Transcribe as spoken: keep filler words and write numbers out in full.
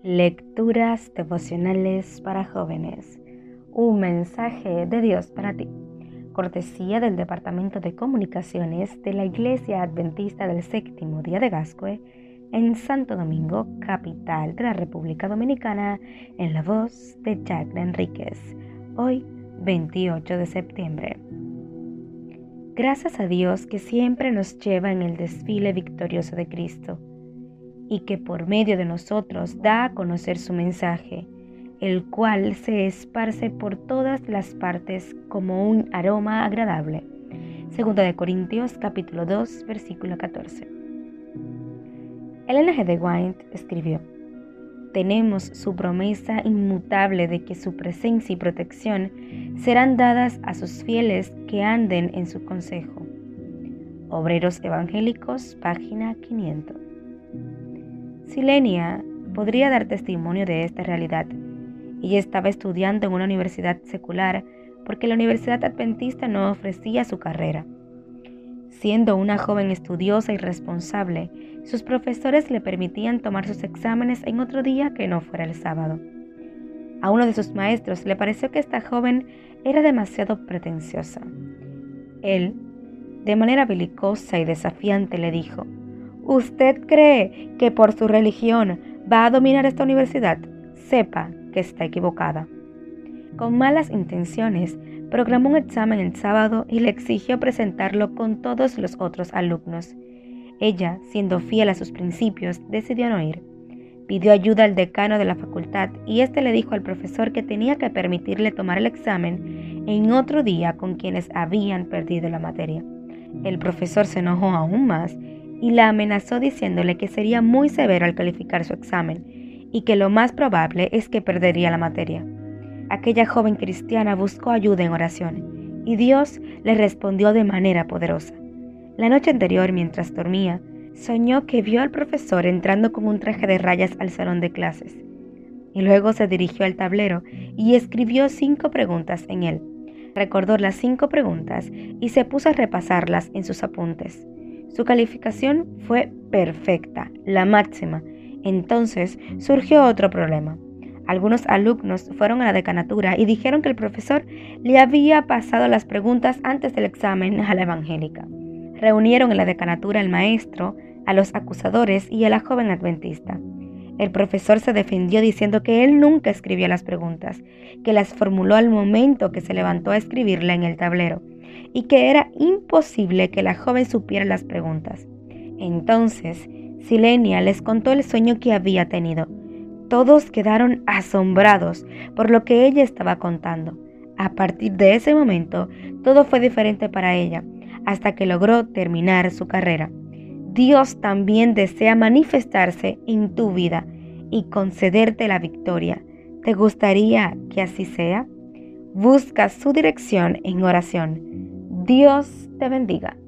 Lecturas devocionales para jóvenes. Un mensaje de Dios para ti. Cortesía del Departamento de Comunicaciones de la Iglesia Adventista del Séptimo Día de Gascue en Santo Domingo, capital de la República Dominicana, en la voz de Jacqueline Enríquez. Hoy, veintiocho de septiembre. Gracias a Dios que siempre nos lleva en el desfile victorioso de Cristo, y que por medio de nosotros da a conocer su mensaje, el cual se esparce por todas las partes como un aroma agradable. Segunda de Corintios capítulo dos, versículo catorce. Ellen G. de White escribió: tenemos su promesa inmutable de que su presencia y protección serán dadas a sus fieles que anden en su consejo. Obreros Evangélicos, página quinientos. Silenia podría dar testimonio de esta realidad. Ella estaba estudiando en una universidad secular porque la Universidad Adventista no ofrecía su carrera. Siendo una joven estudiosa y responsable, sus profesores le permitían tomar sus exámenes en otro día que no fuera el sábado. A uno de sus maestros le pareció que esta joven era demasiado pretenciosa. Él, de manera belicosa y desafiante, le dijo: ¿usted cree que por su religión va a dominar esta universidad? Sepa que está equivocada. Con malas intenciones, programó un examen el sábado y le exigió presentarlo con todos los otros alumnos. Ella, siendo fiel a sus principios, decidió no ir. Pidió ayuda al decano de la facultad y éste le dijo al profesor que tenía que permitirle tomar el examen en otro día con quienes habían perdido la materia. El profesor se enojó aún más y la amenazó diciéndole que sería muy severo al calificar su examen y que lo más probable es que perdería la materia. Aquella joven cristiana buscó ayuda en oración y Dios le respondió de manera poderosa. La noche anterior, mientras dormía, soñó que vio al profesor entrando con un traje de rayas al salón de clases y luego se dirigió al tablero y escribió cinco preguntas en él. Recordó las cinco preguntas y se puso a repasarlas en sus apuntes. Su calificación fue perfecta, la máxima. Entonces surgió otro problema. Algunos alumnos fueron a la decanatura y dijeron que el profesor le había pasado las preguntas antes del examen a la evangélica. Reunieron en la decanatura al maestro, a los acusadores y a la joven adventista. El profesor se defendió diciendo que él nunca escribió las preguntas, que las formuló al momento que se levantó a escribirla en el tablero, y que era imposible que la joven supiera las preguntas. Entonces, Silenia les contó el sueño que había tenido. Todos quedaron asombrados por lo que ella estaba contando. A partir de ese momento, todo fue diferente para ella, hasta que logró terminar su carrera. Dios también desea manifestarse en tu vida y concederte la victoria. ¿Te gustaría que así sea? Busca su dirección en oración. Dios te bendiga.